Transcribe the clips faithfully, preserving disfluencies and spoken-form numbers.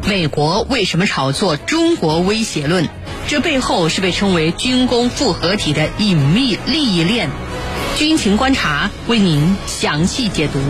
美国为什么炒作中国威胁论？这背后是被称为军工复合体的隐秘利益链。军情观察为您详细解读。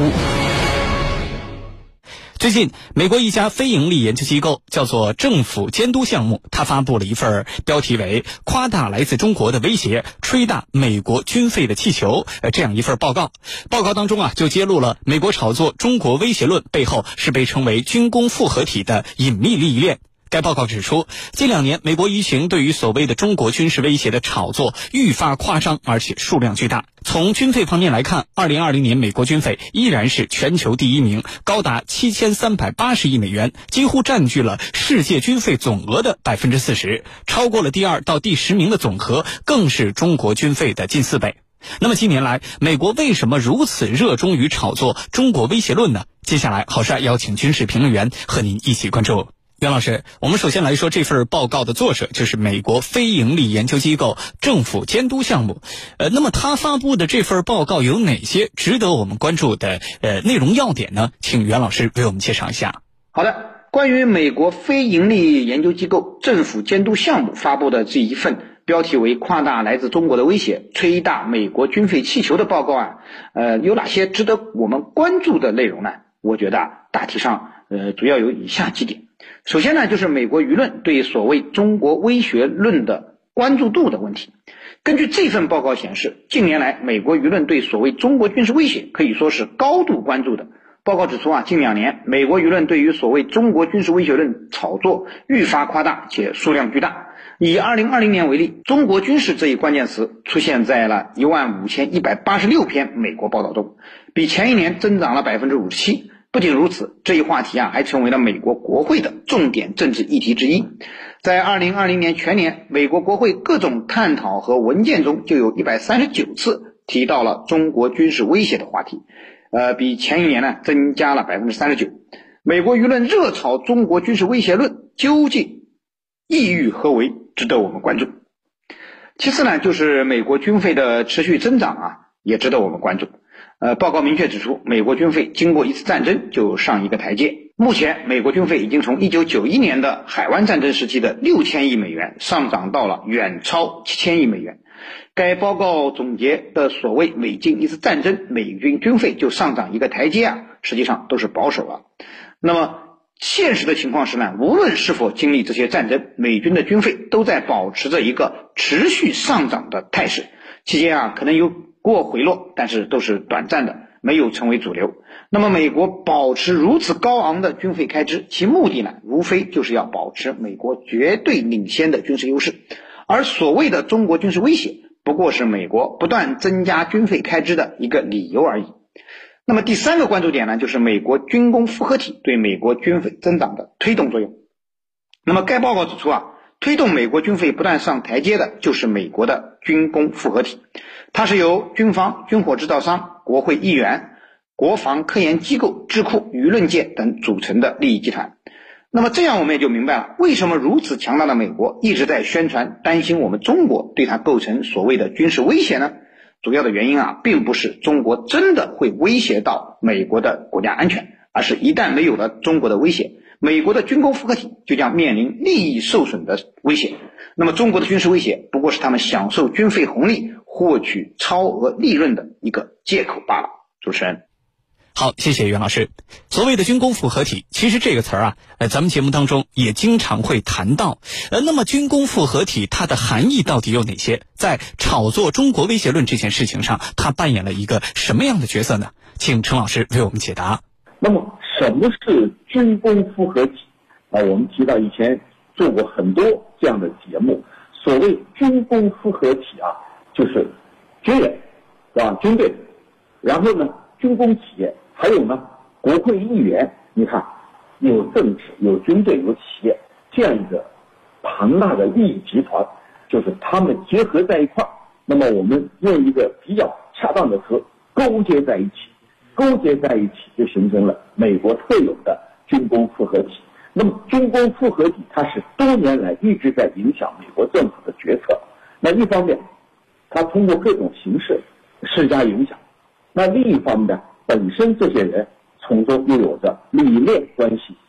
最近，美国一家非营利研究机构叫做政府监督项目，它发布了一份标题为“夸大来自中国的威胁，吹大美国军费的气球”这样一份报告。报告当中啊，就揭露了美国炒作中国威胁论背后是被称为军工复合体的隐秘利益链。该报告指出，近两年美国舆情对于所谓的中国军事威胁的炒作愈发夸张，而且数量巨大。从军费方面来看，二零二零年美国军费依然是全球第一名，高达七千三百八十亿美元，几乎占据了世界军费总额的 百分之四十， 超过了第二到第十名的总和，更是中国军费的近四倍。那么近年来，美国为什么如此热衷于炒作中国威胁论呢？接下来郝帅邀请军事评论员和您一起关注。袁老师，我们首先来说这份报告的作者就是美国非营利研究机构政府监督项目。呃，那么他发布的这份报告有哪些值得我们关注的呃内容要点呢？请袁老师为我们介绍一下。 好的，关于美国非营利研究机构政府监督项目发布的这一份标题为“夸大来自中国的威胁，吹大美国军费气球”的报告啊，呃，有哪些值得我们关注的内容呢？我觉得啊，大体上呃主要有以下几点。首先呢，就是美国舆论对所谓中国威胁论的关注度的问题。根据这份报告显示，近年来美国舆论对所谓中国军事威胁可以说是高度关注的。报告指出啊，近两年美国舆论对于所谓中国军事威胁论炒作愈发夸大且数量巨大。以二零二零年为例，中国军事这一关键词出现在了一万五千一百八十六篇美国报道中，比前一年增长了 百分之五十七。不仅如此，这一话题啊还成为了美国国会的重点政治议题之一。在二零二零年全年，美国国会各种探讨和文件中就有一百三十九次提到了中国军事威胁的话题，呃，比前一年呢增加了 百分之三十九。美国舆论热炒中国军事威胁论，究竟意欲何为，值得我们关注。其次呢，就是美国军费的持续增长啊，也值得我们关注。呃，报告明确指出，美国军费经过一次战争就上一个台阶。目前，美国军费已经从一九九一年的海湾战争时期的六千亿美元上涨到了远超七千亿美元。该报告总结的所谓每经一次战争，美军军费就上涨一个台阶啊，实际上都是保守了。那么现实的情况是呢，无论是否经历这些战争，美军的军费都在保持着一个持续上涨的态势，期间啊可能有过回落，但是都是短暂的，没有成为主流。那么美国保持如此高昂的军费开支，其目的呢，无非就是要保持美国绝对领先的军事优势。而所谓的中国军事威胁，不过是美国不断增加军费开支的一个理由而已。那么第三个关注点呢，就是美国军工复合体对美国军费增长的推动作用。那么该报告指出啊，推动美国军费不断上台阶的就是美国的军工复合体，它是由军方、军火制造商、国会议员、国防科研机构、智库、舆论界等组成的利益集团。那么这样我们也就明白了，为什么如此强大的美国一直在宣传担心我们中国对它构成所谓的军事威胁呢？主要的原因啊，并不是中国真的会威胁到美国的国家安全，而是一旦没有了中国的威胁，美国的军工复合体就将面临利益受损的威胁。那么中国的军事威胁不过是他们享受军费红利、获取超额利润的一个借口罢了。主持人。 好，谢谢袁老师。所谓的军工复合体，其实这个词儿啊，呃，咱们节目当中也经常会谈到。呃，那么军工复合体它的含义到底有哪些？在炒作中国威胁论这件事情上，它扮演了一个什么样的角色呢？请陈老师为我们解答。 那么什么是军工复合体啊？我们提到以前做过很多这样的节目。所谓军工复合体啊，就是军人，是吧？军队，然后呢，军工企业。还有呢，国会议员，你看，有政治，有军队，有企业，这样一个庞大的利益集团，就是他们结合在一块儿。那么我们用一个比较恰当的词，勾结在一起，勾结在一起就形成了美国特有的军工复合体。那么军工复合体它是多年来一直在影响美国政府的决策。那一方面，它通过各种形式施加影响；那另一方面呢，本身这些人从中又有着利益链关系。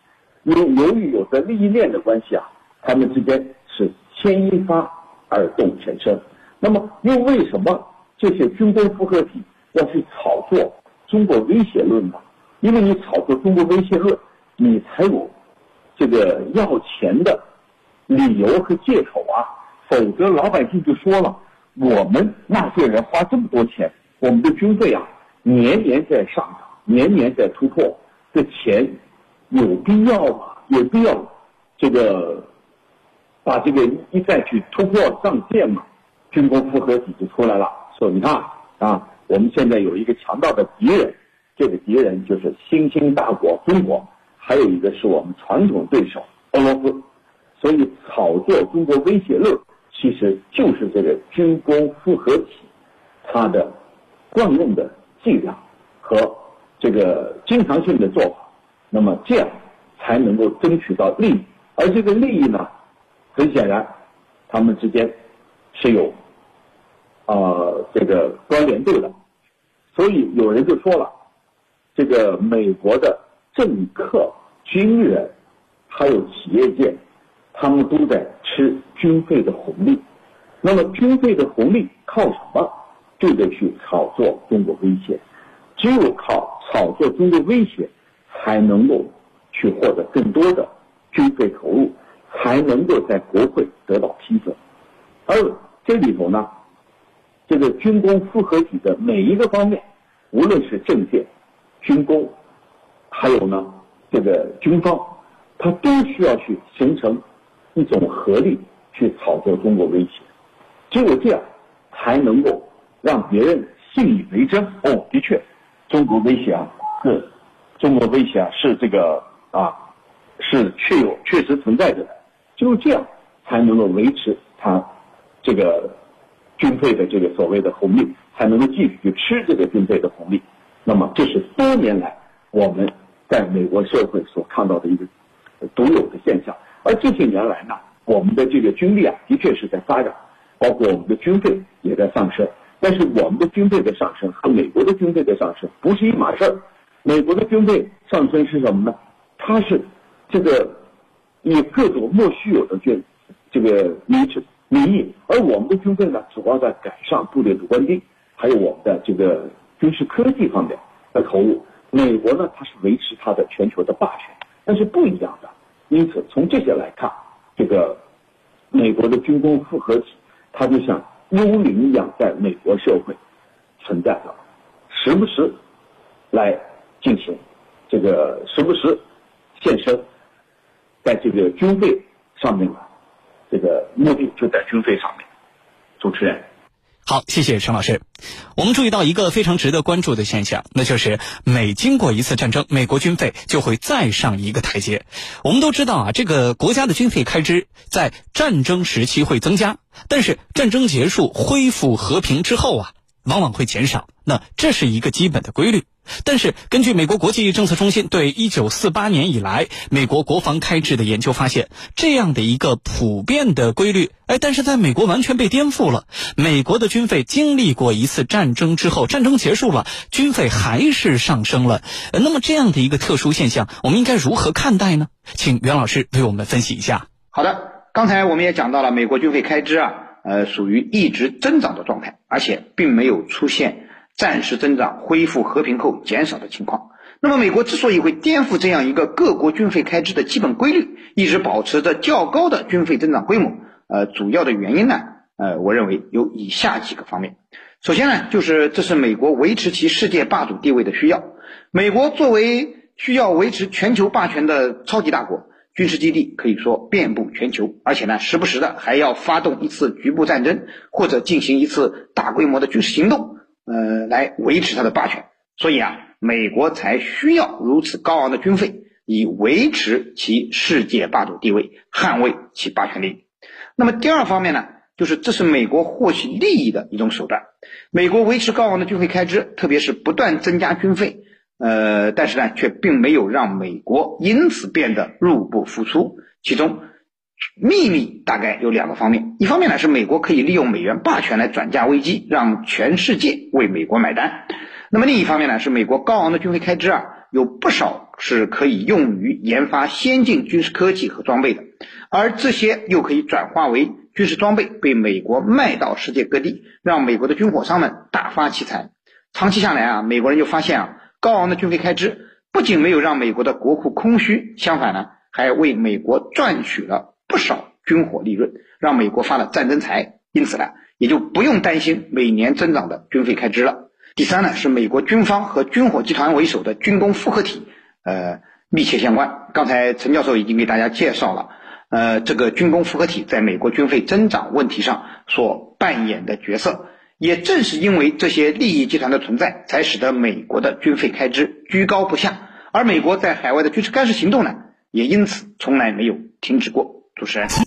由由于有着利益链的关系啊，他们之间是牵一发而动全身。那么又为什么这些军工复合体要去炒作中国威胁论呢？因为你炒作中国威胁论，你才有这个要钱的理由和借口啊，否则老百姓就说了，我们纳税人花这么多钱，我们的军费啊年年在上涨，年年在突破，这钱有必要吗？有必要这个把这个一再去突破上限吗？军工复合体就出来了，说你看啊，我们现在有一个强大的敌人，这个敌人就是新兴大国中国，还有一个是我们传统对手俄罗斯，所以炒作中国威胁论其实就是这个军工复合体它的惯用的伎俩和这个经常性的做法，那么这样才能够争取到利益，而这个利益呢，很显然他们之间是有呃这个关联度的，所以有人就说了，这个美国的政客、军人还有企业界，他们都在吃军费的红利。那么军费的红利靠什么？就得去炒作中国威胁，只有靠炒作中国威胁，才能够去获得更多的军费投入，才能够在国会得到批准。而这里头呢，这个军工复合体的每一个方面，无论是政界、军工，还有呢这个军方，它都需要去形成一种合力去炒作中国威胁，只有这样才能够让别人信以为真。哦，的确，中国威胁啊，是中国威胁啊，是这个啊，是确有确实存在着的。只有这样才能够维持它这个军费的这个所谓的红利，才能够继续去吃这个军费的红利。那么，这是多年来我们在美国社会所看到的一个独有的现象。而这些年来呢，我们的这个军力啊，的确是在发展，包括我们的军费也在上升。但是我们的军费的上升和美国的军费的上升不是一码事儿。美国的军费上升是什么呢？它是这个以各种莫须有的军这个名名义，而我们的军费呢，主要在改善部队的官兵，还有我们的这个军事科技方面的投入。美国呢，它是维持它的全球的霸权，但是不一样的。因此，从这些来看，这个美国的军工复合体，它就像幽灵一样在美国社会存在着，时不时来进行这个，时不时现身在这个军费上面的这个目的就在军费上面。主持人。 好，谢谢陈老师。我们注意到一个非常值得关注的现象，那就是每经过一次战争，美国军费就会再上一个台阶。我们都知道啊，这个国家的军费开支在战争时期会增加，但是战争结束恢复和平之后啊，往往会减少。那这是一个基本的规律。但是根据美国国际政策中心对一九四八年以来美国国防开支的研究发现，这样的一个普遍的规律，哎，但是在美国完全被颠覆了。美国的军费经历过一次战争之后，战争结束了，军费还是上升了。呃、那么这样的一个特殊现象，我们应该如何看待呢？请袁老师为我们分析一下。 好的，刚才我们也讲到了，美国军费开支啊，呃，属于一直增长的状态，而且并没有出现暂时增长恢复和平后减少的情况。那么美国之所以会颠覆这样一个各国军费开支的基本规律，一直保持着较高的军费增长规模，呃，主要的原因呢，呃，我认为有以下几个方面。首先呢，就是这是美国维持其世界霸主地位的需要。美国作为需要维持全球霸权的超级大国，军事基地可以说遍布全球，而且呢，时不时的还要发动一次局部战争，或者进行一次大规模的军事行动，呃，来维持它的霸权。所以啊，美国才需要如此高昂的军费，以维持其世界霸主地位，捍卫其霸权利益。那么第二方面呢，就是这是美国获取利益的一种手段。美国维持高昂的军费开支，特别是不断增加军费，呃，但是呢，却并没有让美国因此变得入不敷出。其中秘密大概有两个方面，一方面呢，是美国可以利用美元霸权来转嫁危机，让全世界为美国买单。那么另一方面呢，是美国高昂的军费开支啊，有不少是可以用于研发先进军事科技和装备的，而这些又可以转化为军事装备，被美国卖到世界各地，让美国的军火商们大发其财。长期下来啊，美国人就发现啊，高昂的军费开支不仅没有让美国的国库空虚，相反呢，还为美国赚取了不少军火利润，让美国发了战争财，因此呢，也就不用担心每年增长的军费开支了。第三呢，是美国军方和军火集团为首的军工复合体呃密切相关。刚才陈教授已经给大家介绍了呃这个军工复合体在美国军费增长问题上所扮演的角色，也正是因为这些利益集团的存在，才使得美国的军费开支居高不下，而美国在海外的军事干涉行动呢，也因此从来没有停止过。主持人。